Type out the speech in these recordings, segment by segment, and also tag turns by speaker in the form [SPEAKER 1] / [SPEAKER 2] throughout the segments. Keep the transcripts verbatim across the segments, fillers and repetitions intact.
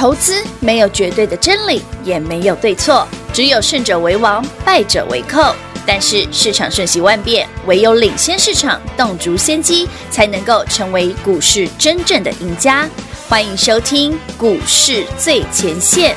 [SPEAKER 1] 投资没有绝对的真理，也没有对错，只有胜者为王，败者为寇。但是市场瞬息万变，唯有领先市场，洞烛先机，才能够成为股市真正的赢家。欢迎收听股市最前线。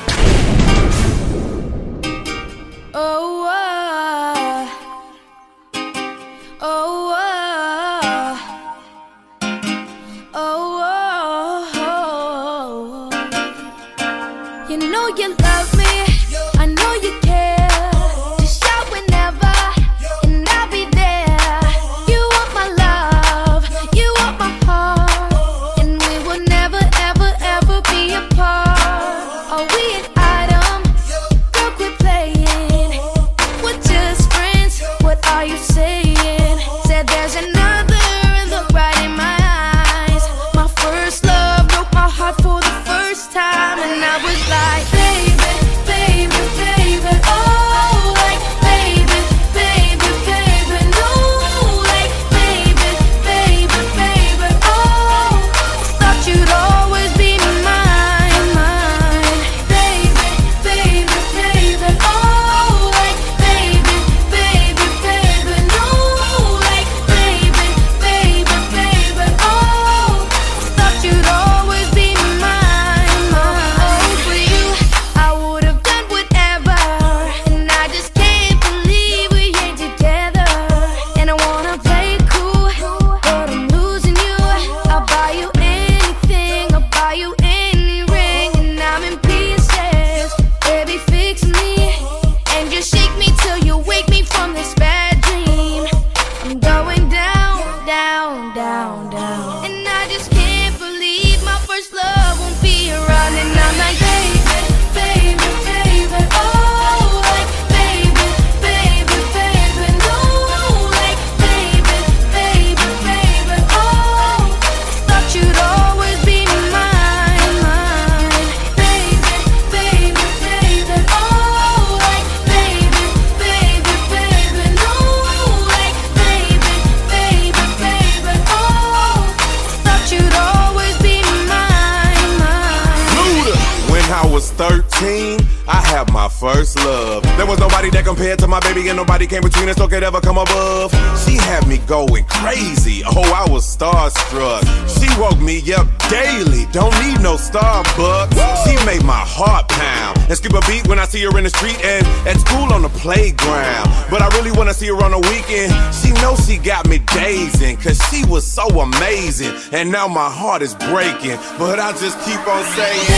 [SPEAKER 2] I have my first love. There was nobody that compared to my baby, and nobody came between us or could ever come above. She had me going crazy. Oh, I was starstruck. She woke me up daily. Don't need no Starbucks. She made my heart pound and skip a beat when I see her in the street and at school on the playground. But I really wanna see her on the weekend. She knows she got me dazing, cause she was so amazing. And now my heart is breaking, but I just keep on saying,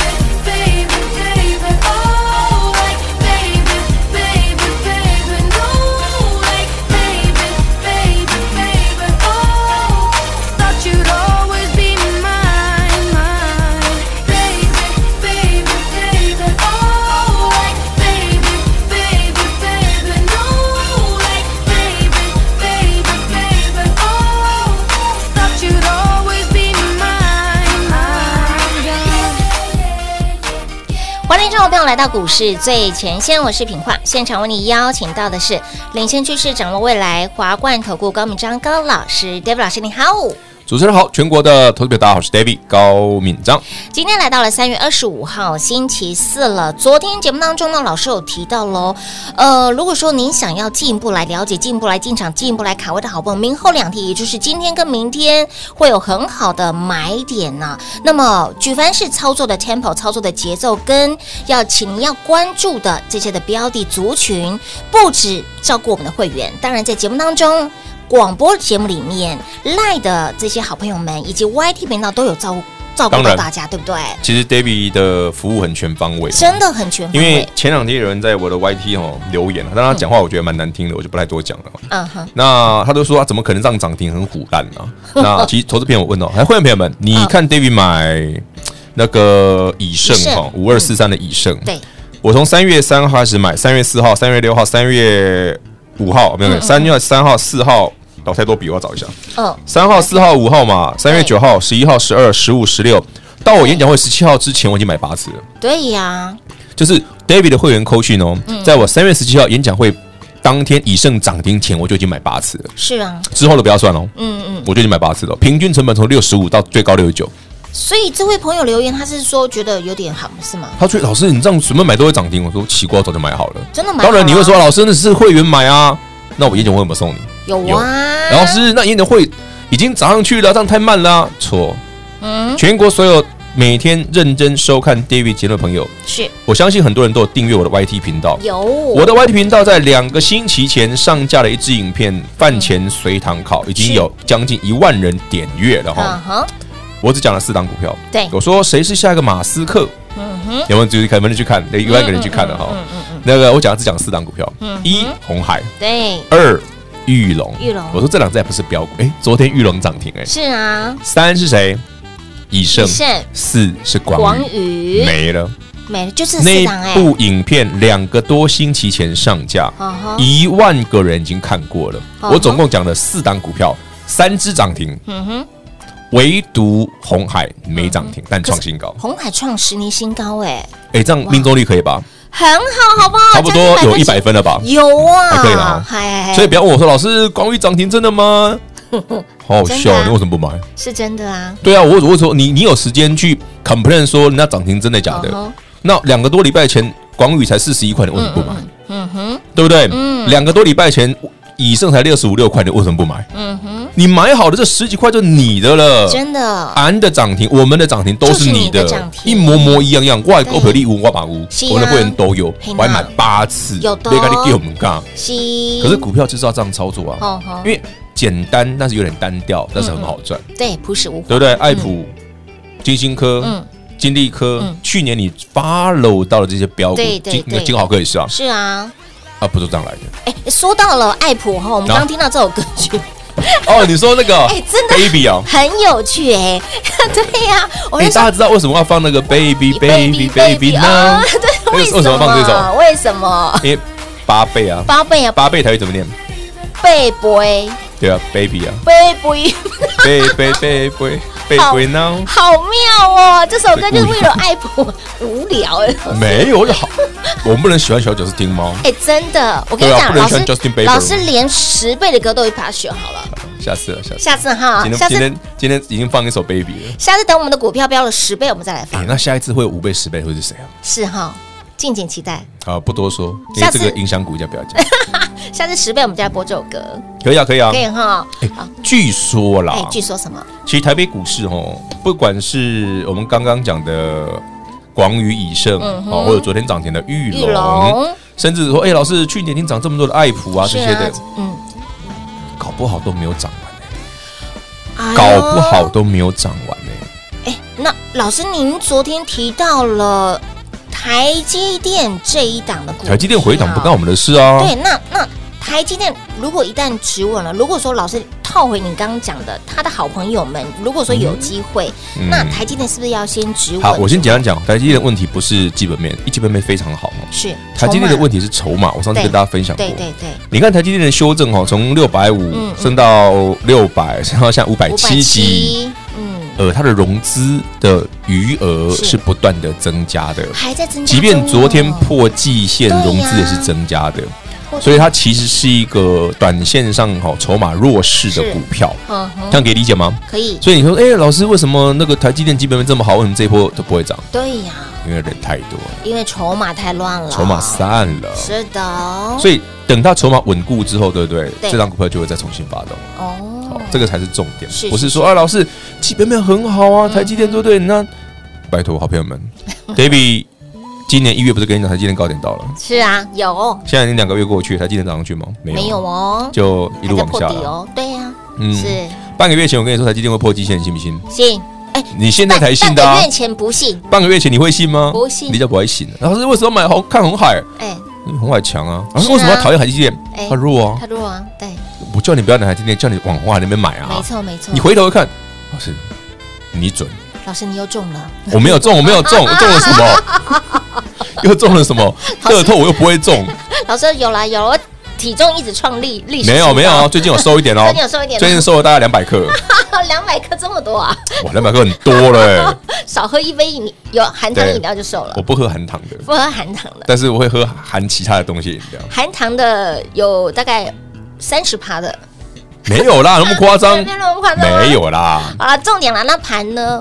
[SPEAKER 2] baby, baby, baby, oh, like baby, baby, baby, no, like baby, baby, baby, oh, thought you'd always be mine, mine, baby, baby, baby, oh, like baby, baby, baby, no, like baby, baby, baby, oh, thought you'd always be mine, mine.
[SPEAKER 3] 欢迎众朋友来到股市最前线，我是品化，现场为你邀请到的是领先趋势、掌握未来华冠投顾高敏章高老师 ，David 老师你好。
[SPEAKER 4] 主持人好，全国的投资者大家好，我是 David 高敏章。
[SPEAKER 3] 今天来到了三月二十五号星期四了。昨天节目当中呢，老师有提到喽，呃，如果说您想要进一步来了解、进一步来进场、进一步来卡位的好朋友，明后两天，也就是今天跟明天会有很好的买点呢、啊。那么举凡是操作的 tempo、操作的节奏，跟要请您要关注的这些的标的族群，不止照顾我们的会员，当然在节目当中。广播节目里面 Line 的这些好朋友们以及 Y T 频道都有照顾照顾到大家，对不对？
[SPEAKER 4] 其实 David 的服务很全方位，
[SPEAKER 3] 真的很全方位。
[SPEAKER 4] 因为前两天有人在我的 Y T 哦留言，但他讲话我觉得蛮难听的，我就不太多讲了。嗯哼，那他都说、啊、怎么可能让涨停很唬烂啊？那其实投资朋友问哦，还会员朋友们，你看 David 买那个以盛哈五二四三的以盛、嗯，对，我从三月三号开始买，三月四号、三月六号、三月五号没有没有，三月三号、四号。老太多笔，我要找一下。嗯，三号、四号、五号嘛，三月九号、十一号、十二、十五、十六，到我演讲会十七号之前，我已经买八次了。
[SPEAKER 3] 对呀，
[SPEAKER 4] 就是 David 的会员coaching哦，嗯、在我三月十七号演讲会当天以盛涨停前，我就已经买八次了。
[SPEAKER 3] 是啊，
[SPEAKER 4] 之后的不要算哦。
[SPEAKER 3] 嗯嗯，
[SPEAKER 4] 我就已经买八次了，平均成本从六十五到最高六十九。
[SPEAKER 3] 所以这位朋友留言，他是说觉得有点好，是吗？
[SPEAKER 4] 他觉得老师你这样随便买都会涨停，我说奇怪，我早就买好了。
[SPEAKER 3] 真的买好了？
[SPEAKER 4] 当然你会说老师那是会员买啊，那我研究会有没有送你？
[SPEAKER 3] 有啊。
[SPEAKER 4] 老师那研究会已经涨上去了，这样太慢了、啊。错。嗯，全国所有每天认真收看 David 节目的朋友，
[SPEAKER 3] 是我
[SPEAKER 4] 相信很多人都有订阅我的 Y T 频道。
[SPEAKER 3] 有
[SPEAKER 4] 我的 Y T 频道在两个星期前上架了一支影片，饭前随堂考，已经有将近一万人点阅了哈。Uh-huh. 我只讲了四档股票，
[SPEAKER 3] 对，
[SPEAKER 4] 我说谁是下一个马斯克？嗯哼，有没有注意看？有没有去看？那一万个人去看了哈。嗯嗯嗯。那个我讲只讲四档股票，一鸿海，
[SPEAKER 3] 对，
[SPEAKER 4] 二裕隆，
[SPEAKER 3] 裕隆。
[SPEAKER 4] 我说这两只还不是标股，哎，昨天裕隆涨停哎。
[SPEAKER 3] 是啊。
[SPEAKER 4] 三是谁？以盛，四是广宇，没了，
[SPEAKER 3] 没了，就是四档哎。
[SPEAKER 4] 那部影片两个多星期前上架，一万个人已经看过了。我总共讲了四档股票，三只涨停，嗯哼，唯独鸿海没涨停，但创新高。
[SPEAKER 3] 鸿海创十年新高哎，
[SPEAKER 4] 哎，这样命中率可以吧？
[SPEAKER 3] 很好，好不好？
[SPEAKER 4] 差不多有一百分了吧？
[SPEAKER 3] 有啊，
[SPEAKER 4] 还可以了。所以不要问我说，老师，广宇涨停真的吗？好好笑，啊、你为什么不买？
[SPEAKER 3] 是真的啊。
[SPEAKER 4] 对啊，我我说你你有时间去 complain 说人家涨停真的假的？ Uh-huh. 那两个多礼拜前广宇才四十一块，你为什么不买？嗯哼，对不对？嗯，两个多礼拜前以盛才六十五六块，你为什么不买？嗯哼，你买好的这十几块就你的了，
[SPEAKER 3] 真的。
[SPEAKER 4] 俺的涨停，我们的涨停都是你的，你的一模模一样样。我股票你有，我把有，我们的会员都有，我还买八次，
[SPEAKER 3] 有的。
[SPEAKER 4] 别给你给我们干。
[SPEAKER 3] 是。
[SPEAKER 4] 可是股票就是要这样操作啊，哦、因为。简单，但是有点单调，但是很好赚。
[SPEAKER 3] 嗯、对，朴实无华，
[SPEAKER 4] 对不对？爱普、金星科、嗯、金利科、嗯，去年你 follow 到的这些标股，
[SPEAKER 3] 对对对，
[SPEAKER 4] 金豪科也是啊，
[SPEAKER 3] 是啊，
[SPEAKER 4] 啊，不是这样来的。
[SPEAKER 3] 哎，说到了爱普哈，我们刚听到这首歌曲。
[SPEAKER 4] 哦，你说那个
[SPEAKER 3] 哎，真的
[SPEAKER 4] baby 啊，
[SPEAKER 3] 很有趣哎，对呀，
[SPEAKER 4] 哎，大家知道为什么要放那个 baby baby baby 呢？
[SPEAKER 3] 对，为什么？
[SPEAKER 4] 为什么放这首？
[SPEAKER 3] 为什么？
[SPEAKER 4] 因为八倍啊，
[SPEAKER 3] 八倍啊，
[SPEAKER 4] 八倍台语怎么念？
[SPEAKER 3] 贝贝。
[SPEAKER 4] 对啊 ，baby 啊
[SPEAKER 3] ，baby，
[SPEAKER 4] baby baby baby now，
[SPEAKER 3] 好妙哦！这首歌就是为了爱普，无聊哎。
[SPEAKER 4] 没有就好，我们不能喜欢小九是听猫。
[SPEAKER 3] 哎，真的，我跟你讲，老师，老师连十倍的歌都会把它选好了。
[SPEAKER 4] 下次了，下次，
[SPEAKER 3] 下次哈，
[SPEAKER 4] 今天今天今天已经放一首 baby 了。
[SPEAKER 3] 下次等我们的股票标了十倍，我们再来放。
[SPEAKER 4] 那下一次会有五倍、十倍会是谁啊？
[SPEAKER 3] 是哈。敬请期待。
[SPEAKER 4] 好，不多说，因为这个影响股价不要讲。
[SPEAKER 3] 下次十倍我们就来播这首歌。
[SPEAKER 4] 可以啊，可以啊，
[SPEAKER 3] 可以哈。
[SPEAKER 4] 欸、据说啦，
[SPEAKER 3] 欸、据说什么？
[SPEAKER 4] 其实台北股市哦，不管是我们刚刚讲的广宇、以盛，嗯、或者昨天涨停的裕隆，甚至说，哎、欸，老师，去年已经涨这么多的爱普啊这些的，嗯，搞不好都没有涨完呢、欸，搞不好都没有涨完呢、
[SPEAKER 3] 欸。哎、欸，那老师，您昨天提到了。台积电这一档的股票，
[SPEAKER 4] 台积电回档不干我们的事啊。
[SPEAKER 3] 对，那那台积电如果一旦止稳了，如果说老师套回你刚刚讲的，他的好朋友们，如果说有机会，嗯、那台积电是不是要先止稳？
[SPEAKER 4] 好，我先简单讲，台积电的问题不是基本面，一基本面非常好
[SPEAKER 3] 是
[SPEAKER 4] 台积电的问题是筹码。我上次跟大家分享过，
[SPEAKER 3] 对对对，
[SPEAKER 4] 你看台积电的修正哈，从六百五升到六百，升到现在五百七几。呃，它的融资的余额是不断的增加的，
[SPEAKER 3] 还在增加。
[SPEAKER 4] 即便昨天破季线，融资也是增加的，所以它其实是一个短线上哈筹码弱势的股票，这样可以理解吗？
[SPEAKER 3] 可以。
[SPEAKER 4] 所以你说，哎，老师，为什么那个台积电基本面这么好，为什么这一波都不会涨？
[SPEAKER 3] 对呀，
[SPEAKER 4] 因为人太多了，
[SPEAKER 3] 因为筹码太乱了，
[SPEAKER 4] 筹码散了。
[SPEAKER 3] 是的。
[SPEAKER 4] 所以等它筹码稳固之后，对不对？这张股票就会再重新发动。哦。这个才是重点，不是说啊，老师基本面很好啊，台积电对不对？那拜托好朋友们，David 今年一月不是跟你讲台积电高点到了？
[SPEAKER 3] 是啊，有。
[SPEAKER 4] 现在已经两个月过去，台积电涨上去吗？没有，
[SPEAKER 3] 没有哦，
[SPEAKER 4] 就一路往下了。
[SPEAKER 3] 哦，对呀，嗯，是。
[SPEAKER 4] 半个月前我跟你说台积电会破季线，你信不信？
[SPEAKER 3] 信。哎，
[SPEAKER 4] 你现在才信的啊？
[SPEAKER 3] 半个月前不信。
[SPEAKER 4] 半个月前你会信吗？
[SPEAKER 3] 不信，
[SPEAKER 4] 你就不会信。老师为什么买红看红海？哎，红海强啊。为什么要讨厌台积电？它弱啊，
[SPEAKER 3] 它弱啊，对。
[SPEAKER 4] 我叫你不要拿台积电，叫你往红海那边买啊！
[SPEAKER 3] 没错没错。
[SPEAKER 4] 你回头一看，老师，你准。
[SPEAKER 3] 老师，你又中了。
[SPEAKER 4] 我没有中，我没有中，我中了什么？又中了什么？乐透我又不会中。
[SPEAKER 3] 老师有啦有，我体重一直创历历史。
[SPEAKER 4] 没有没有，最近有瘦一点哦。
[SPEAKER 3] 最近有瘦一点。
[SPEAKER 4] 最近瘦了大概两百克。
[SPEAKER 3] 两百克这么多啊！
[SPEAKER 4] 哇，两百克很多嘞。
[SPEAKER 3] 少喝一杯饮有含糖饮料就瘦了。
[SPEAKER 4] 我不喝含糖的，
[SPEAKER 3] 不喝含糖的，
[SPEAKER 4] 但是我会喝含其他的东西饮料。
[SPEAKER 3] 含糖的有大概三十趴的。
[SPEAKER 4] 没有啦，那么夸张？
[SPEAKER 3] 没有那么夸张。
[SPEAKER 4] 没有啦。
[SPEAKER 3] 好了，重点啦，那盘呢？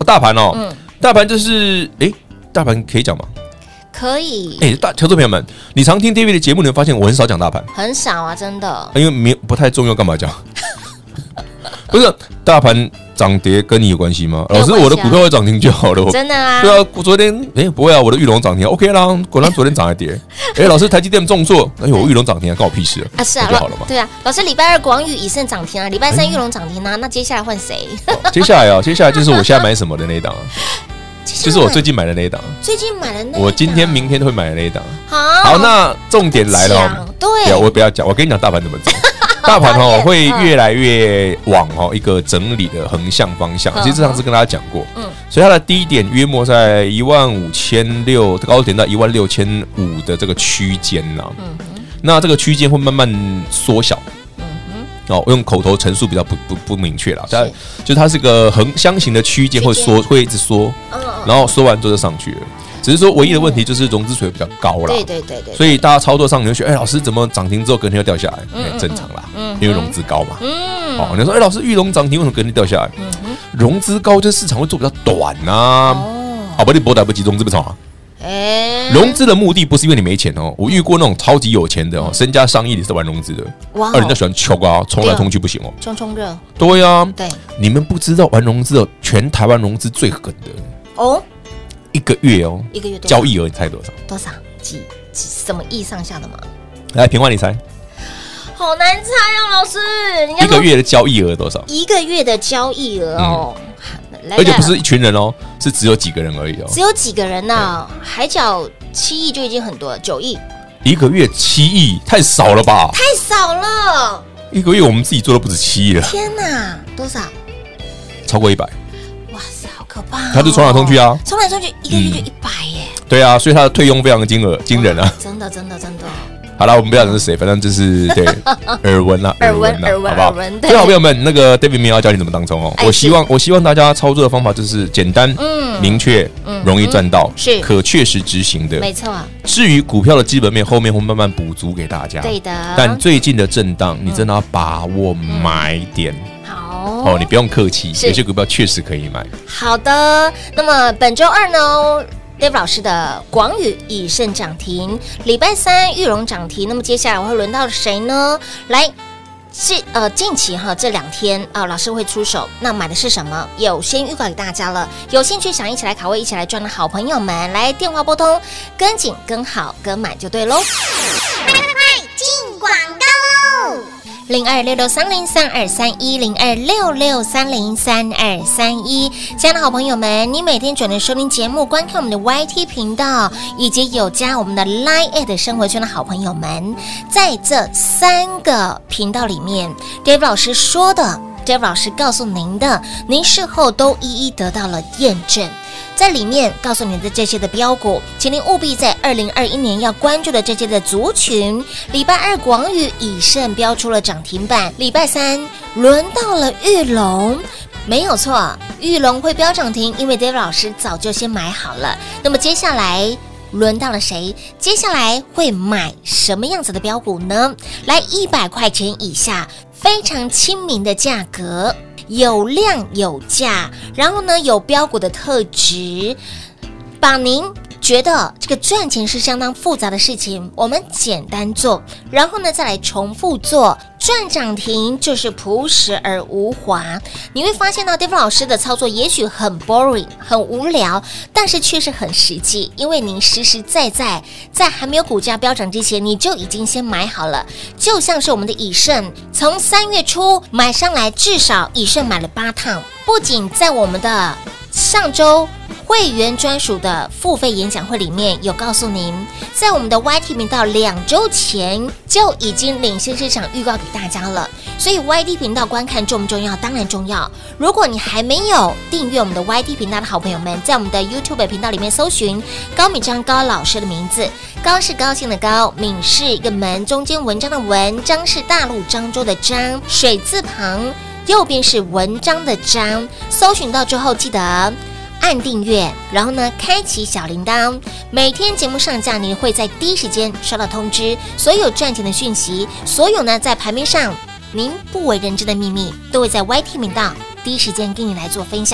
[SPEAKER 4] 大盘哦，嗯，大盘就是哎，大盘可以讲吗？
[SPEAKER 3] 可以。
[SPEAKER 4] 哎，大投资朋友们，你常听 David 的节目，你会发现我很少讲大盘，
[SPEAKER 3] 很少啊，真的，
[SPEAKER 4] 因为没不太重要，干嘛讲？不是大盘涨跌跟你有关系吗？老师，我的股票会涨停就好了。
[SPEAKER 3] 真的啊？
[SPEAKER 4] 对啊，昨天哎不会啊，我的裕隆涨停 ，OK 啦。果然昨天涨还跌。哎，老师，台积电重挫，哎我裕隆涨停啊，关我屁事啊！
[SPEAKER 3] 啊是啊，
[SPEAKER 4] 就好了嘛。
[SPEAKER 3] 对啊，老师，礼拜二广宇以盛涨停啊，礼拜三裕隆涨停啊，那接下来换谁？
[SPEAKER 4] 接下来啊，接下来就是我现在买什么的那一档啊。就是我最近买的那一档，
[SPEAKER 3] 最近买的那一档，
[SPEAKER 4] 我今天、明天都会买的那一档。
[SPEAKER 3] 好，
[SPEAKER 4] 好，那重点来了，
[SPEAKER 3] 对，
[SPEAKER 4] 我不要讲，我跟你讲大盘怎么走。大盘哦会越来越往哦一个整理的横向方向，其实这上次跟大家讲过，嗯，所以它的低点约莫在一万五千六，高点到一万六千五的这个区间呐，嗯，那这个区间会慢慢缩小。哦，用口头陈述比较不不不明确啦，但就它是个横箱型的区间，会缩，会一直缩，然后缩完之后就上去了。只是说唯一的问题就是融资水比较高啦，
[SPEAKER 3] 对对对对，
[SPEAKER 4] 所以大家操作上你会觉得，哎，老师怎么涨停之后隔天又掉下来？哎，正常啦，因为融资高嘛。嗯，哦，你说，哎，老师裕隆涨停为什么隔天掉下来？融资高就是市场会做比较短呐。哦，好吧，你博打不集中，这么长。哎，融资的目的不是因为你没钱哦，我遇过那种超级有钱的哦，身家上亿的是玩融资的，哇，人家喜欢抽啊，冲来冲去不行哦，
[SPEAKER 3] 冲冲热，
[SPEAKER 4] 对啊，
[SPEAKER 3] 对，
[SPEAKER 4] 你们不知道玩融资哦，全台湾融资最狠的哦，一个月哦，
[SPEAKER 3] 一个月
[SPEAKER 4] 交易额你猜多少？
[SPEAKER 3] 多少？几几什么亿上下的吗？
[SPEAKER 4] 来，平花你猜，
[SPEAKER 3] 好难猜哦，老师，
[SPEAKER 4] 一个月的交易额多少？
[SPEAKER 3] 一个月的交易额哦。
[SPEAKER 4] 而且不是一群人哦，是只有几个人而已哦。
[SPEAKER 3] 只有几个人呢、啊？海角七亿就已经很多了，九亿。
[SPEAKER 4] 一个月七亿，太少了吧？
[SPEAKER 3] 太少了。
[SPEAKER 4] 一个月我们自己做的不止七亿了。
[SPEAKER 3] 天哪，多少？
[SPEAKER 4] 超过一百。
[SPEAKER 3] 哇塞，好可怕、哦！
[SPEAKER 4] 他就冲来冲去啊，
[SPEAKER 3] 冲来冲去，一个月就一百耶、
[SPEAKER 4] 嗯。对啊，所以他的退佣非常的惊额惊人啊。
[SPEAKER 3] 真的，真的，真的。
[SPEAKER 4] 好了，我们不要讲是谁，反正就是对耳闻啦，
[SPEAKER 3] 耳闻，耳闻，
[SPEAKER 4] 好不好？所以好朋友们，那个 David 没有要教你怎么当冲哦。我希望，我希望大家操作的方法就是简单、明确、容易赚到，
[SPEAKER 3] 是
[SPEAKER 4] 可确实执行的，
[SPEAKER 3] 没错。
[SPEAKER 4] 至于股票的基本面，后面会慢慢补足给大家。
[SPEAKER 3] 对的。
[SPEAKER 4] 但最近的震荡，你真的要把握买点。
[SPEAKER 3] 好
[SPEAKER 4] 哦，你不用客气，有些股票确实可以买。
[SPEAKER 3] 好的，那么本周二呢？David 老师的广宇以盛涨停，礼拜三裕隆涨停，那么接下来会轮到谁呢？来，近呃近期哈这两天啊、呃，老师会出手，那买的是什么？有先预告给大家了，有兴趣想一起来卡位、一起来赚的好朋友们，来电话拨通，跟紧、跟好、跟满就对喽。快快快，进广告喽！零二六六三零三二三一零二六六三零三二三一，亲爱的好朋友们，你每天准时收听节目、观看我们的 Y T 频道，以及有加我们的 Line@ 生活圈的好朋友们，在这三个频道里面 ，David 老师说的 ，David 老师告诉您的，您事后都一一得到了验证。在里面告诉你的这些的标股，请您务必在二零二一年要关注的这些的族群。礼拜二广宇以盛标出了涨停板，礼拜三轮到了裕隆，没有错，裕隆会标涨停，因为 David 老师早就先买好了。那么接下来轮到了谁？接下来会买什么样子的标股呢？来，一百块钱以下，非常亲民的价格。有量有价，然后呢有标股的特质，把您觉得这个赚钱是相当复杂的事情，我们简单做，然后呢再来重复做，赚涨停就是朴实而无华。你会发现到 David 老师的操作也许很 boring 很无聊，但是却是很实际，因为您实实在在在还没有股价飙涨之前，你就已经先买好了。就像是我们的以盛，从三月初买上来，至少以盛买了八趟，不仅在我们的上周会员专属的付费演讲会里面有告诉您，在我们的 Y T 频道两周前就已经领先市场预告给大家了。所以 Y T 频道观看重不重要？当然重要。如果你还没有订阅我们的 Y T 频道的好朋友们，在我们的 YouTube 频道里面搜寻高敏章高老师的名字，高是高兴的高，敏是一个门，中间文章的文，章是大陆漳州的漳，水字旁，右边是文章的章。搜寻到之后记得按订阅，然后呢，开启小铃铛，每天节目上架，您会在第一时间收到通知。所有赚钱的讯息，所有呢在盘面上您不为人知的秘密，都会在 Y T 频道第一时间跟你来做分享。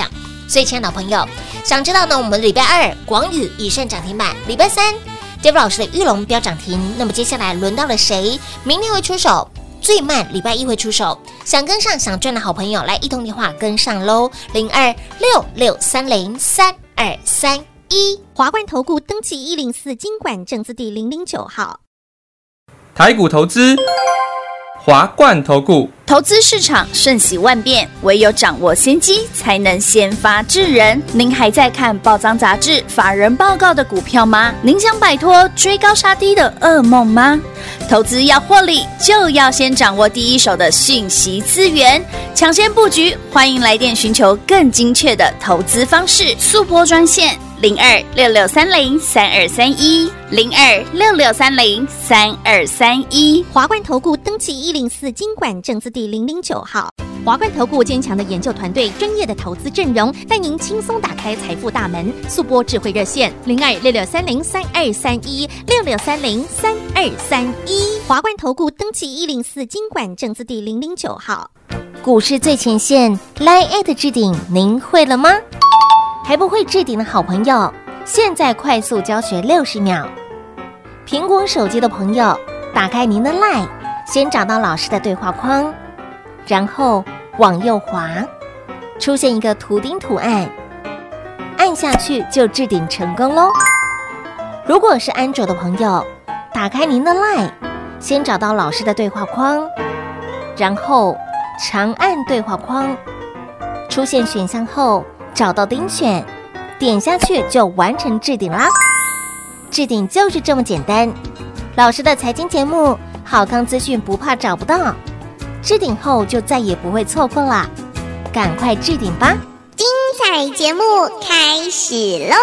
[SPEAKER 3] 所以，亲爱的朋友，想知道呢？我们礼拜二广宇以上涨停板，礼拜三 David 老师的玉龙标涨停。那么接下来轮到了谁？明天会出手，最慢礼拜一会出手。想跟上、想赚的好朋友，来一通电话跟上喽，零二六六三零三二三一。
[SPEAKER 5] 华冠投顾登记一零四金管证字第零零九号。
[SPEAKER 6] 台股投资，华冠投顾。
[SPEAKER 1] 投资市场瞬息万变，唯有掌握先机，才能先发制人。您还在看报章杂志、法人报告的股票吗？您想摆脱追高杀低的噩梦吗？投资要获利，就要先掌握第一手的讯息资源，抢先布局。欢迎来电寻求更精确的投资方式，速拨专线零二六六三零三二三一零二六六三零三二三一。
[SPEAKER 5] 华冠投顾登记一零四金管证字第零零九号。华冠投顾坚强的研究团队，专业的投资阵容，带您轻松打开财富大门。速拨智慧热线零二六六三零三二三一六六三零三二三一。华冠投顾登记一零四金管证字第零零九号。
[SPEAKER 3] 股市最前线 Line 的置顶，您会了吗？还不会置顶的好朋友，现在快速教学六十秒。苹果手机的朋友，打开您的 Line， 先找到老师的对话框，然后往右滑，出现一个图钉图案，按下去就置顶成功咯。如果是安卓的朋友，打开您的 Line， 先找到老师的对话框，然后长按对话框，出现选项后找到钉选，点下去就完成置顶啦。置顶就是这么简单。老师的财经节目，好康资讯不怕找不到，置顶后就再也不会错过啦，赶快置顶吧！
[SPEAKER 5] 精彩节目开始喽！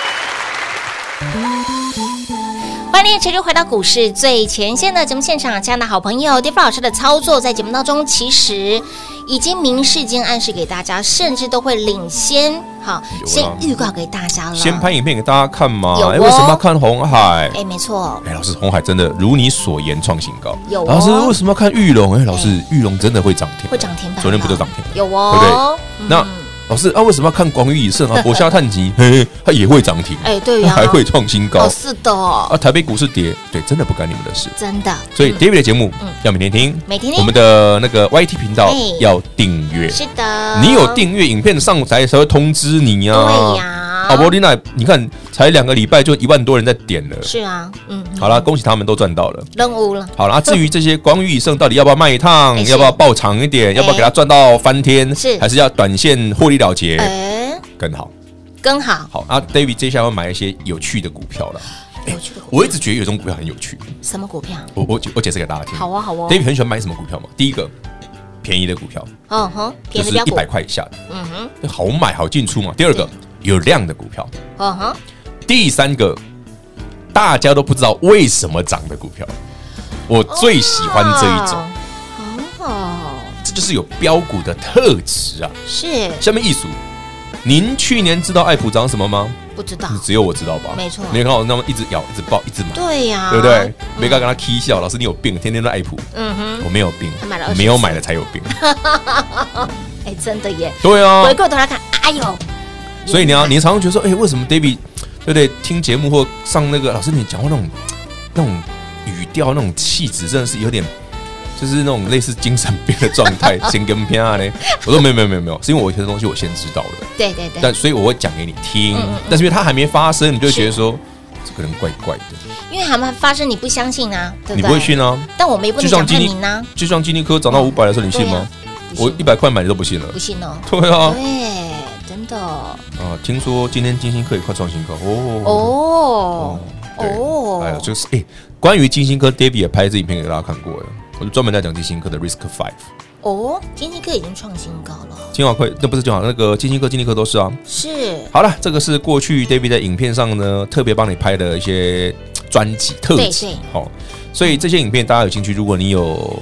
[SPEAKER 3] 欢迎持续回到股市最前线的节目现场，亲爱的好朋友 David 老师的操作在节目当中其实已经明示间暗示给大家，甚至都会领先，好，先预告给大家了。
[SPEAKER 4] 先拍影片给大家看嘛？
[SPEAKER 3] 有哦
[SPEAKER 4] 哎，为什么要看红海？
[SPEAKER 3] 哎，没错，
[SPEAKER 4] 哎，老师，红海真的如你所言创新高。
[SPEAKER 3] 有哦
[SPEAKER 4] 老师，为什么要看玉龙？哎，老师，玉龙真的会涨停，
[SPEAKER 3] 会涨停板，
[SPEAKER 4] 昨天不就涨停了？
[SPEAKER 3] 有哦，
[SPEAKER 4] 对不对？那老师啊，为什么要看广宇以盛啊？博下探吉，嘿嘿，它也会涨停，
[SPEAKER 3] 哎，对呀，
[SPEAKER 4] 还会创新高。
[SPEAKER 3] 哦，是的哦，
[SPEAKER 4] 啊，台北股市跌，对，真的不干你们的事，
[SPEAKER 3] 真的。
[SPEAKER 4] 所以 David 的节目要每天听，
[SPEAKER 3] 每天听
[SPEAKER 4] 我们的那个 Y T 频道
[SPEAKER 3] 哎
[SPEAKER 4] 要订阅。
[SPEAKER 3] 是的，
[SPEAKER 4] 你有订阅，影片上台才会通知你啊。
[SPEAKER 3] 对呀。
[SPEAKER 4] 好，伯丽娜，你看才两个礼拜就一万多人在点了。
[SPEAKER 3] 是啊，嗯，
[SPEAKER 4] 好了，恭喜他们都赚到了。
[SPEAKER 3] 任务了。
[SPEAKER 4] 好了，至于这些广宇以盛到底要不要卖一趟，
[SPEAKER 3] 哎是
[SPEAKER 4] 要不要爆长一点，要不要给他赚到翻天，
[SPEAKER 3] 是
[SPEAKER 4] 还是要短线获利了结，
[SPEAKER 3] 哎，
[SPEAKER 4] 更好。
[SPEAKER 3] 更好。
[SPEAKER 4] 好，啊 ，David 接下来要买一些有趣的股票了。
[SPEAKER 3] 有趣的股票
[SPEAKER 4] 我一直觉得有一种股票很有趣，
[SPEAKER 3] 什么股票？
[SPEAKER 4] 我我我解释给大家听。
[SPEAKER 3] 好啊，好啊。
[SPEAKER 4] David 很喜欢买什么股票嘛？第一个，便宜的股票，
[SPEAKER 3] 嗯哼，
[SPEAKER 4] 就是一
[SPEAKER 3] 便宜的标股。
[SPEAKER 4] 百块以下的，
[SPEAKER 3] 嗯哼，
[SPEAKER 4] 好买好进出嘛。第二个，有量的股票。
[SPEAKER 3] 嗯哼，
[SPEAKER 4] 第三个，大家都不知道为什么涨的股票，我最喜欢这一种，
[SPEAKER 3] 哦，
[SPEAKER 4] 这就是有标股的特质啊。
[SPEAKER 3] 是
[SPEAKER 4] 下面一组，您去年知道爱普涨什么吗？
[SPEAKER 3] 不知道。
[SPEAKER 4] 只有我知道吧？
[SPEAKER 3] 没错
[SPEAKER 4] 没看到我那么一直咬、一直爆、一直买，
[SPEAKER 3] 对呀，
[SPEAKER 4] 对不对？没敢跟他 K 笑，老师你有病，天天都爱普。
[SPEAKER 3] 嗯哼，
[SPEAKER 4] 我没有病
[SPEAKER 3] 他买了二十，次
[SPEAKER 4] 没有买了才有病。
[SPEAKER 3] 哎，真的耶。
[SPEAKER 4] 对啊，
[SPEAKER 3] 回过头来看，哎呦，
[SPEAKER 4] 所以你要，你常常觉得说，哎，为什么 David 对不对？听节目或上那个老师你讲话那种那种语调、那种气质，真的是有点，就是那种类似精神病的状态，先跟偏啊嘞。我说没有没有没有没有，是因为我有些东西我先知道了，
[SPEAKER 3] 对对对，
[SPEAKER 4] 但所以我会讲给你听，
[SPEAKER 3] 嗯嗯嗯
[SPEAKER 4] 但是因为它还没发生，你就会觉得说这个人怪怪的，
[SPEAKER 3] 因为还没发生，你不相信啊，对不对？
[SPEAKER 4] 你不会信啊。
[SPEAKER 3] 但我们也不能讲太明啊，
[SPEAKER 4] 就像金立科涨到五百的时候，你信吗？
[SPEAKER 3] 对啊
[SPEAKER 4] 我一百块买你都不信了
[SPEAKER 3] 不，信哦。
[SPEAKER 4] 对啊。
[SPEAKER 3] 对，真的
[SPEAKER 4] 啊，听说今天金星科也快创新高哦
[SPEAKER 3] 哦
[SPEAKER 4] 对
[SPEAKER 3] 哦，
[SPEAKER 4] 哎呀，就是哎，关于金星科 ，David 也拍这影片给大家看过了，我就专门在讲金星科的 Risk Five。
[SPEAKER 3] 哦，金星科已经创新高了，
[SPEAKER 4] 金华科那不是金华那个金星科、金立科都是啊。
[SPEAKER 3] 是
[SPEAKER 4] 好了，这个是过去 David 在影片上呢特别帮你拍的一些专辑特辑
[SPEAKER 3] 对对，
[SPEAKER 4] 好，所以这些影片大家有兴趣，如果你有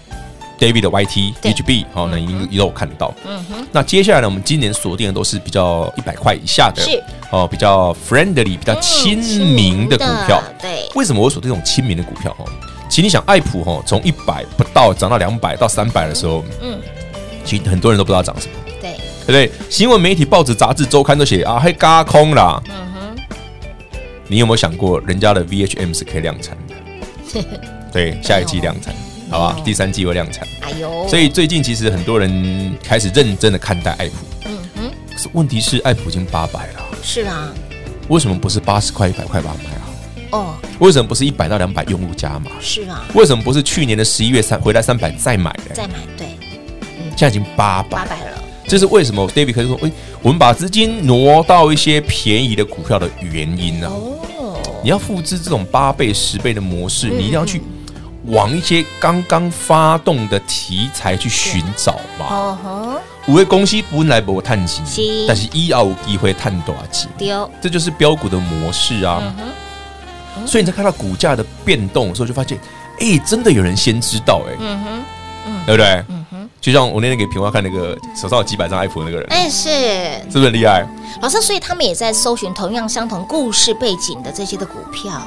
[SPEAKER 4] David 的 Y T
[SPEAKER 3] 对
[SPEAKER 4] H B 好，那你也有看到。
[SPEAKER 3] 嗯哼，
[SPEAKER 4] 那接下来呢，我们今年锁定的都是比较一百块以下的，
[SPEAKER 3] 是
[SPEAKER 4] 哦，比较 friendly、比较亲民的股票。
[SPEAKER 3] 嗯对，
[SPEAKER 4] 为什么我锁定这种亲民的股票？哦，其实你想，爱普哦，从一百不到涨到两百到三百的时候，
[SPEAKER 3] 嗯，
[SPEAKER 4] 其实很多人都不知道涨什么。
[SPEAKER 3] 对，
[SPEAKER 4] 对不对？新闻媒体、报纸、杂志、周刊都写啊，还嘎空啦。嗯哼，你有没有想过，人家的 V H M 是可以量产的？对，下一季量产，好吧？第三季会量产。哎呦，所以最近其实很多人开始认真的看待爱普。嗯哼，可是问题是，爱普已经八百了。
[SPEAKER 3] 是啊。
[SPEAKER 4] 为什么不是八十块、一百块把它买好？哦。为什么不是一百到两百用入加码？
[SPEAKER 3] 是啊。为
[SPEAKER 4] 什么不是去年的十一月三回来三百再买呢？
[SPEAKER 3] 再买，对。
[SPEAKER 4] 现在已经八百。
[SPEAKER 3] 八百了。这
[SPEAKER 4] 是为什么 David 可以说，哎，我们把资金挪到一些便宜的股票的原因呢、啊？哦。你要复制这种八倍、十倍的模式，嗯、你一定要去往一些刚刚发动的题材去寻找嘛。哦吼。有的公司本来没探钱，但是以后有机会探大钱，这就是标股的模式啊。嗯嗯、所以你在看到股价的变动的时候，就发现，哎、欸，真的有人先知道、欸，哎、嗯哼，嗯，对不对？嗯哼，就像我那天给平花看那个手上有几百张 iPhone 那个人，
[SPEAKER 3] 哎、欸，是，
[SPEAKER 4] 是不是很厉害？
[SPEAKER 3] 老师，所以他们也在搜寻同样相同故事背景的这些的股票。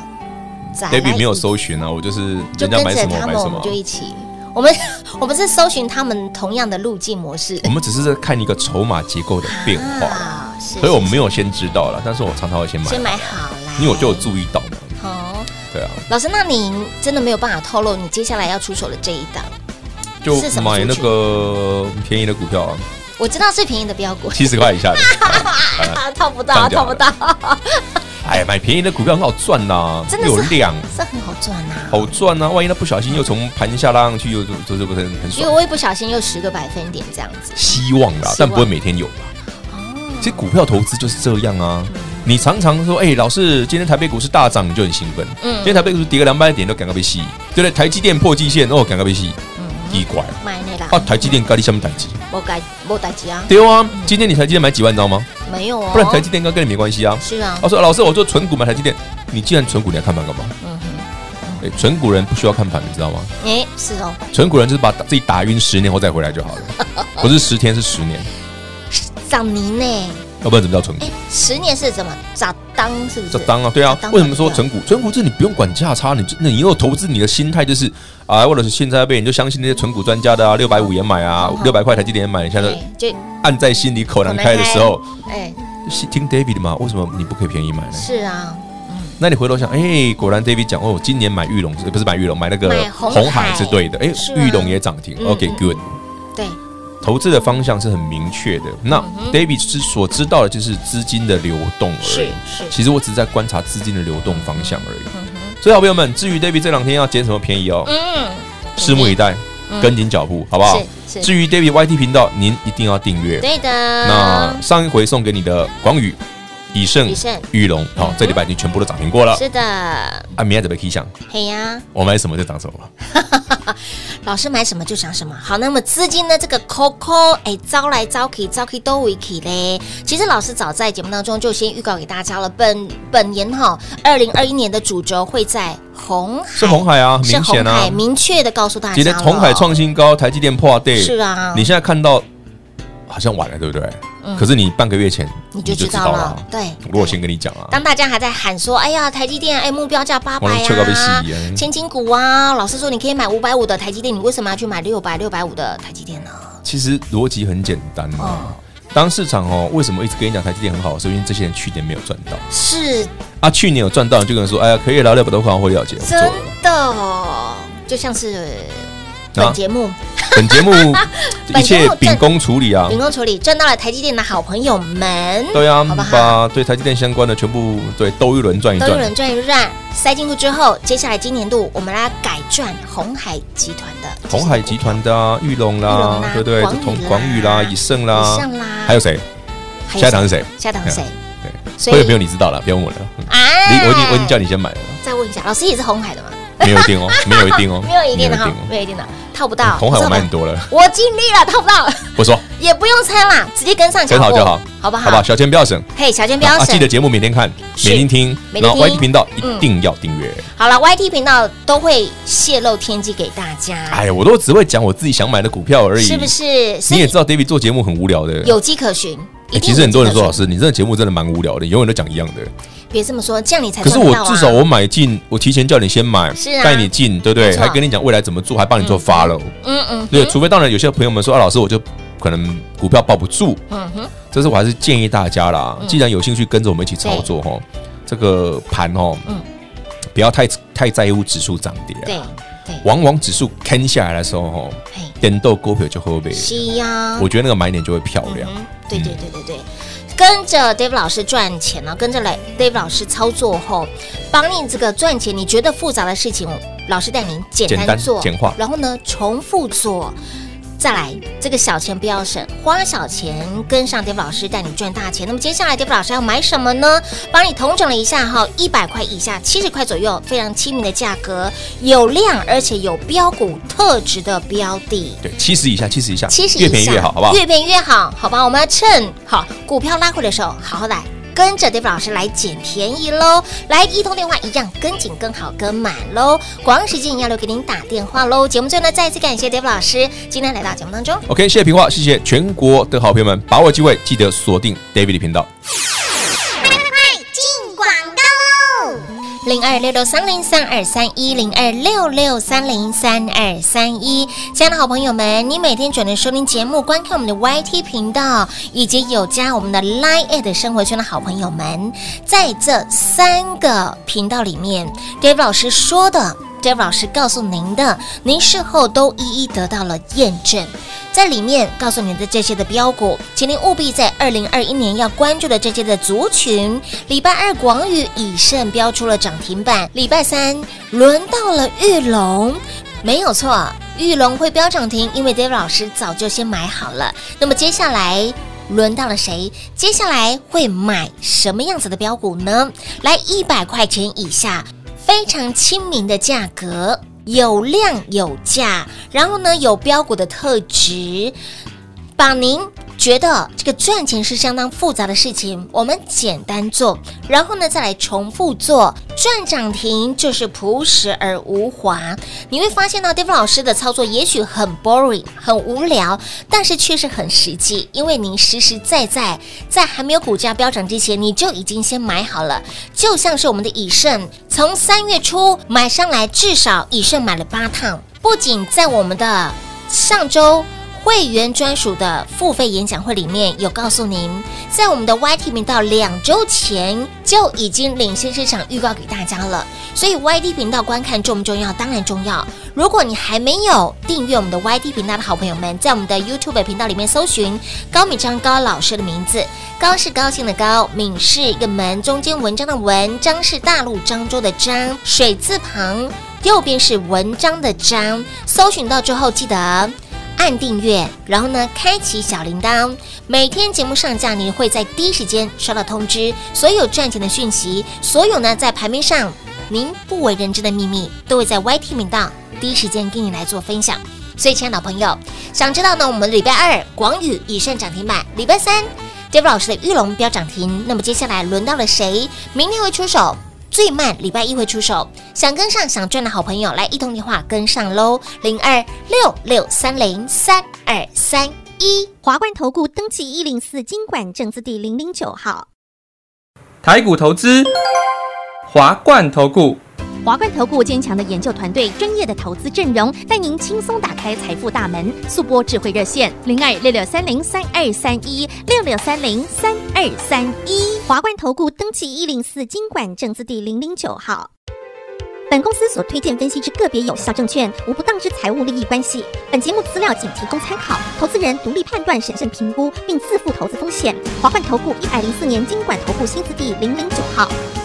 [SPEAKER 4] David 没有搜寻啊，我就是人家买什么我买什么，
[SPEAKER 3] 我们就一起。我们我们是搜寻他们同样的路径模式，
[SPEAKER 4] 我们只是在看一个筹码结构的变化、啊、所以我们没有先知道了，但是我常常会先买，
[SPEAKER 3] 先买好啦，
[SPEAKER 4] 因为我就有注意到嘛。好、哦，对啊，
[SPEAKER 3] 老师，那您真的没有办法透露你接下来要出手的这一档，
[SPEAKER 4] 就买那个便宜的股票啊。
[SPEAKER 3] 我知道是便宜的标股，
[SPEAKER 4] 七十块以下的，
[SPEAKER 3] 啊、套不到，套不到。
[SPEAKER 4] 哎，买便宜的股票很好赚呐、啊，
[SPEAKER 3] 真的
[SPEAKER 4] 有量，
[SPEAKER 3] 是很好赚呐、啊，
[SPEAKER 4] 好赚呐、啊。万一他不小心又从盘下拉上去，又这这不是很爽？
[SPEAKER 3] 因为我也不小心又十个百分点这样子，
[SPEAKER 4] 希望啦，但不会每天有吧？哦，其实股票投资就是这样啊。嗯、你常常说，哎、欸，老师，今天台北股市大涨，你就很兴奋。嗯，今天台北股市跌个两百点，都感到被吸，对不对？台积电破季线，哦，感到被吸。奇怪，
[SPEAKER 3] 买那啦
[SPEAKER 4] 啊！台积电该你什么台积？
[SPEAKER 3] 没该没台积啊！
[SPEAKER 4] 对啊，嗯、今天你台积电买几万张吗？
[SPEAKER 3] 没有啊，
[SPEAKER 4] 不然台积电跟跟你没关系啊。
[SPEAKER 3] 是啊，
[SPEAKER 4] 我说老师，我做存股买台积电，你既然存股，你要看盘干嘛？嗯哼，哎，存股人不需要看盘，你知道吗？
[SPEAKER 3] 哎，是哦，
[SPEAKER 4] 存股人就是把自己打晕十年后再回来就好了，不是十天是十年，
[SPEAKER 3] 涨泥呢？
[SPEAKER 4] 要不然怎么叫存股？
[SPEAKER 3] 十年是怎么咋当？是不是？
[SPEAKER 4] 咋当啊？对啊，为什么说存股？存股这你不用管价差，你那你有投资，你的心态就是啊，或者是现在被你就相信那些存股专家的啊，六百五也买啊，六百块台积电也买，你现在就按在心里口难开的时候，哎，听 David 的嘛，为什么你不可以便宜买呢？
[SPEAKER 3] 是啊，
[SPEAKER 4] 那你回头想，哎，果然 David 讲哦，今年买裕隆不是买裕隆，买那个鸿海是对的，哎，裕隆也涨停 ，OK good，
[SPEAKER 3] 对。
[SPEAKER 4] 投资的方向是很明确的。那 David 之所知道的就是资金的流动而已。是是，其实我只是在观察资金的流动方向而已。嗯、所以，好朋友们，至于 David 这两天要捡什么便宜哦，嗯，拭目以待，嗯、跟紧脚步，好不好？是是。至于 David Y T 频道，您一定要订阅。
[SPEAKER 3] 对的。
[SPEAKER 4] 那上一回送给你的广宇、以盛、裕隆，好，这礼拜已经全部都涨停过了。
[SPEAKER 3] 是的。
[SPEAKER 4] 啊，明天准备 K 项。
[SPEAKER 3] 嘿呀。
[SPEAKER 4] 我买什么就涨什么。
[SPEAKER 3] 老师买什么就涨什么。好，那么资金呢？这个 Coco 哎，招来招去，招去都维去嘞。其实老师早在节目当中就先预告给大家了，本本年哈，二零二一年的主轴会在鸿海，
[SPEAKER 4] 是鸿海啊，明显啊，
[SPEAKER 3] 海明确的告诉大家，
[SPEAKER 4] 今天鸿海创新高，台积电破底，
[SPEAKER 3] 是啊，
[SPEAKER 4] 你现在看到好像晚了，对不对？嗯、可是你半个月前
[SPEAKER 3] 你就知道了，对。
[SPEAKER 4] 我先跟你讲啊，
[SPEAKER 3] 当大家还在喊说，哎呀，台积电哎目标价八百啊，千金股啊，老师说你可以买五百五的台积电，你为什么要去买六百六百五的台积电呢？
[SPEAKER 4] 其实逻辑很简单嘛。哦、当市场哦，为什么一直跟你讲台积电很好？是因为这些人去年没有赚到。
[SPEAKER 3] 是
[SPEAKER 4] 啊，去年有赚到，你就跟人说，哎呀，可以了，六百多块获利了结。
[SPEAKER 3] 真的，就像是本节目。
[SPEAKER 4] 本节目一切秉公处理啊，
[SPEAKER 3] 秉公处理，赚到了台积电的好朋友们，
[SPEAKER 4] 对啊，好不好？把对台积电相关的全部对兜一轮转一转，
[SPEAKER 3] 兜一轮转一转，塞进去之后，接下来今年度我们来改赚鸿海集团的，
[SPEAKER 4] 鸿海集团的啊，裕隆啦，对不对？同广宇啦，以盛啦，
[SPEAKER 3] 以盛啦，
[SPEAKER 4] 还有谁？下一档是谁？
[SPEAKER 3] 下一档是谁？
[SPEAKER 4] 对，会有没有你知道了？不要问我了啊！我已经我已经叫你先买了。
[SPEAKER 3] 再问一下，老师也是鸿海的吗？
[SPEAKER 4] 没有一定哦，没有一定哦，
[SPEAKER 3] 没有一定的哈，没有一定的，套不到。
[SPEAKER 4] 鸿海我买很多了，
[SPEAKER 3] 我尽力了，套不到。
[SPEAKER 4] 不说，
[SPEAKER 3] 也不用猜啦，直接跟上脚步，
[SPEAKER 4] 跟好就好，
[SPEAKER 3] 好不好？
[SPEAKER 4] 好不好？小钱不要省，
[SPEAKER 3] 嘿，小钱不要省。
[SPEAKER 4] 记得节目每天看，每天听，然后 Y T 频道一定要订阅。
[SPEAKER 3] 好了 ，Y T 频道都会泄露天机给大家。
[SPEAKER 4] 哎呀，我都只会讲我自己想买的股票而已，
[SPEAKER 3] 是不是？
[SPEAKER 4] 你也知道 ，David 做节目很无聊的，
[SPEAKER 3] 有迹可循。
[SPEAKER 4] 其实很多人说，老师，你这个节目真的蛮无聊的，永远都讲一样的。
[SPEAKER 3] 别这么说，这样你才
[SPEAKER 4] 可是我至少我买进，我提前叫你先买，带你进，对不对？还跟你讲未来怎么做，还帮你做follow。嗯嗯，对，除非当然有些朋友们说啊，老师我就可能股票抱不住，
[SPEAKER 3] 嗯哼，
[SPEAKER 4] 这是我还是建议大家啦，
[SPEAKER 3] 嗯、
[SPEAKER 4] 既然有兴趣跟着我们一起操作哈，这个盘哦，嗯，不要太太在乎指数涨跌，
[SPEAKER 3] 对对，
[SPEAKER 4] 往往指数坑下来的时候哈，点豆股票就会被，
[SPEAKER 3] 是呀，
[SPEAKER 4] 我觉得那个买点就会漂亮，
[SPEAKER 3] 嗯、对对对对对。跟着 Dave 老师赚钱呢，跟着来 Dave 老师操作后，帮你这个赚钱，你觉得复杂的事情，老师带您简单做，
[SPEAKER 4] 简化，
[SPEAKER 3] 然后呢重复做。再来，这个小钱不要省，花小钱跟上 Dave 老师带你赚大钱。那么接下来 Dave 老师要买什么呢？帮你统整了一下哈，一百块以下，七十块左右，非常亲民的价格，有量而且有标股特质的标的。
[SPEAKER 4] 对，七十以下，七十以下，
[SPEAKER 3] 七十
[SPEAKER 4] 越便宜越好，好不好？
[SPEAKER 3] 越便宜越好，好吧？我们要趁好股票拉回的时候，好好来。跟着 Dave 老师来捡便宜喽！来一通电话一样跟紧、跟好、跟满喽！广告时间要留给您打电话喽！节目最后呢，再一次感谢 Dave 老师今天来到节目当中。
[SPEAKER 4] OK， 谢谢平话，谢谢全国的好朋友们，把握机会，记得锁定 David 的频道。
[SPEAKER 3] 零二六六三零三二三一零二六六三零三二三一，亲爱的好朋友们，你每天准时收听节目、观看我们的 Y T 频道，以及有加我们的 Line 的生活圈的好朋友们，在这三个频道里面 ，Dave 老师说的 ，Dave 老师告诉您的，您事后都一一得到了验证。在里面告诉你的这些的标股，请您务必在二零二一年要关注的这些的族群。礼拜二广宇以盛标出了涨停板，礼拜三轮到了裕隆，没有错，裕隆会标涨停，因为 Dave 老师早就先买好了。那么接下来轮到了谁？接下来会买什么样子的标股呢？来一百块钱以下，非常亲民的价格。有量有价，然后呢有标股的特质，把您觉得这个赚钱是相当复杂的事情，我们简单做，然后呢再来重复做，赚涨停就是朴实而无华。你会发现到 Dave 老师的操作也许很 boring 很无聊，但是却是很实际，因为您实实在在在还没有股价飙涨之前，你就已经先买好了。就像是我们的以盛，从三月初买上来，至少以盛买了八趟，不仅在我们的上周会员专属的付费演讲会里面有告诉您，在我们的 Y T 频道两周前就已经领先市场预告给大家了，所以 Y T 频道观看重不重要？当然重要。如果你还没有订阅我们的 Y T 频道的好朋友们，在我们的 YouTube 频道里面搜寻高敏章高老师的名字，高是高兴的高，敏是一个门，中间文章的文，章是大陆漳州的漳，水字旁，右边是文章的章。搜寻到之后记得按订阅，然后呢，开启小铃铛，每天节目上架，你会在第一时间收到通知。所有赚钱的讯息，所有呢在盘面上您不为人知的秘密，都会在 Y T 频道第一时间跟你来做分享。所以，亲爱的朋友，想知道呢，我们礼拜二广宇以盛涨停板，礼拜三 Dave 老师的裕隆标涨停。那么接下来轮到了谁？明天会出手。最慢礼拜一会出手，想跟上想赚的好朋友来一通电话跟上喽，零二六六三零三二三一。
[SPEAKER 5] 华冠投顾登记一零四金管证字第零零九号。
[SPEAKER 6] 台股投资，华冠投顾。
[SPEAKER 5] 华冠投顾坚强的研究团队，专业的投资阵容，带您轻松打开财富大门。速播智慧热线零二六六三零三二三一六六三零三二三一。华冠投顾登记一零四金管证字第零零九号。本公司所推荐分析之个别有效证券，无不当之财务利益关系。本节目资料仅提供参考，投资人独立判断、审慎评估，并自负投资风险。华冠投顾一百零四年金管投顾新字第零零九号。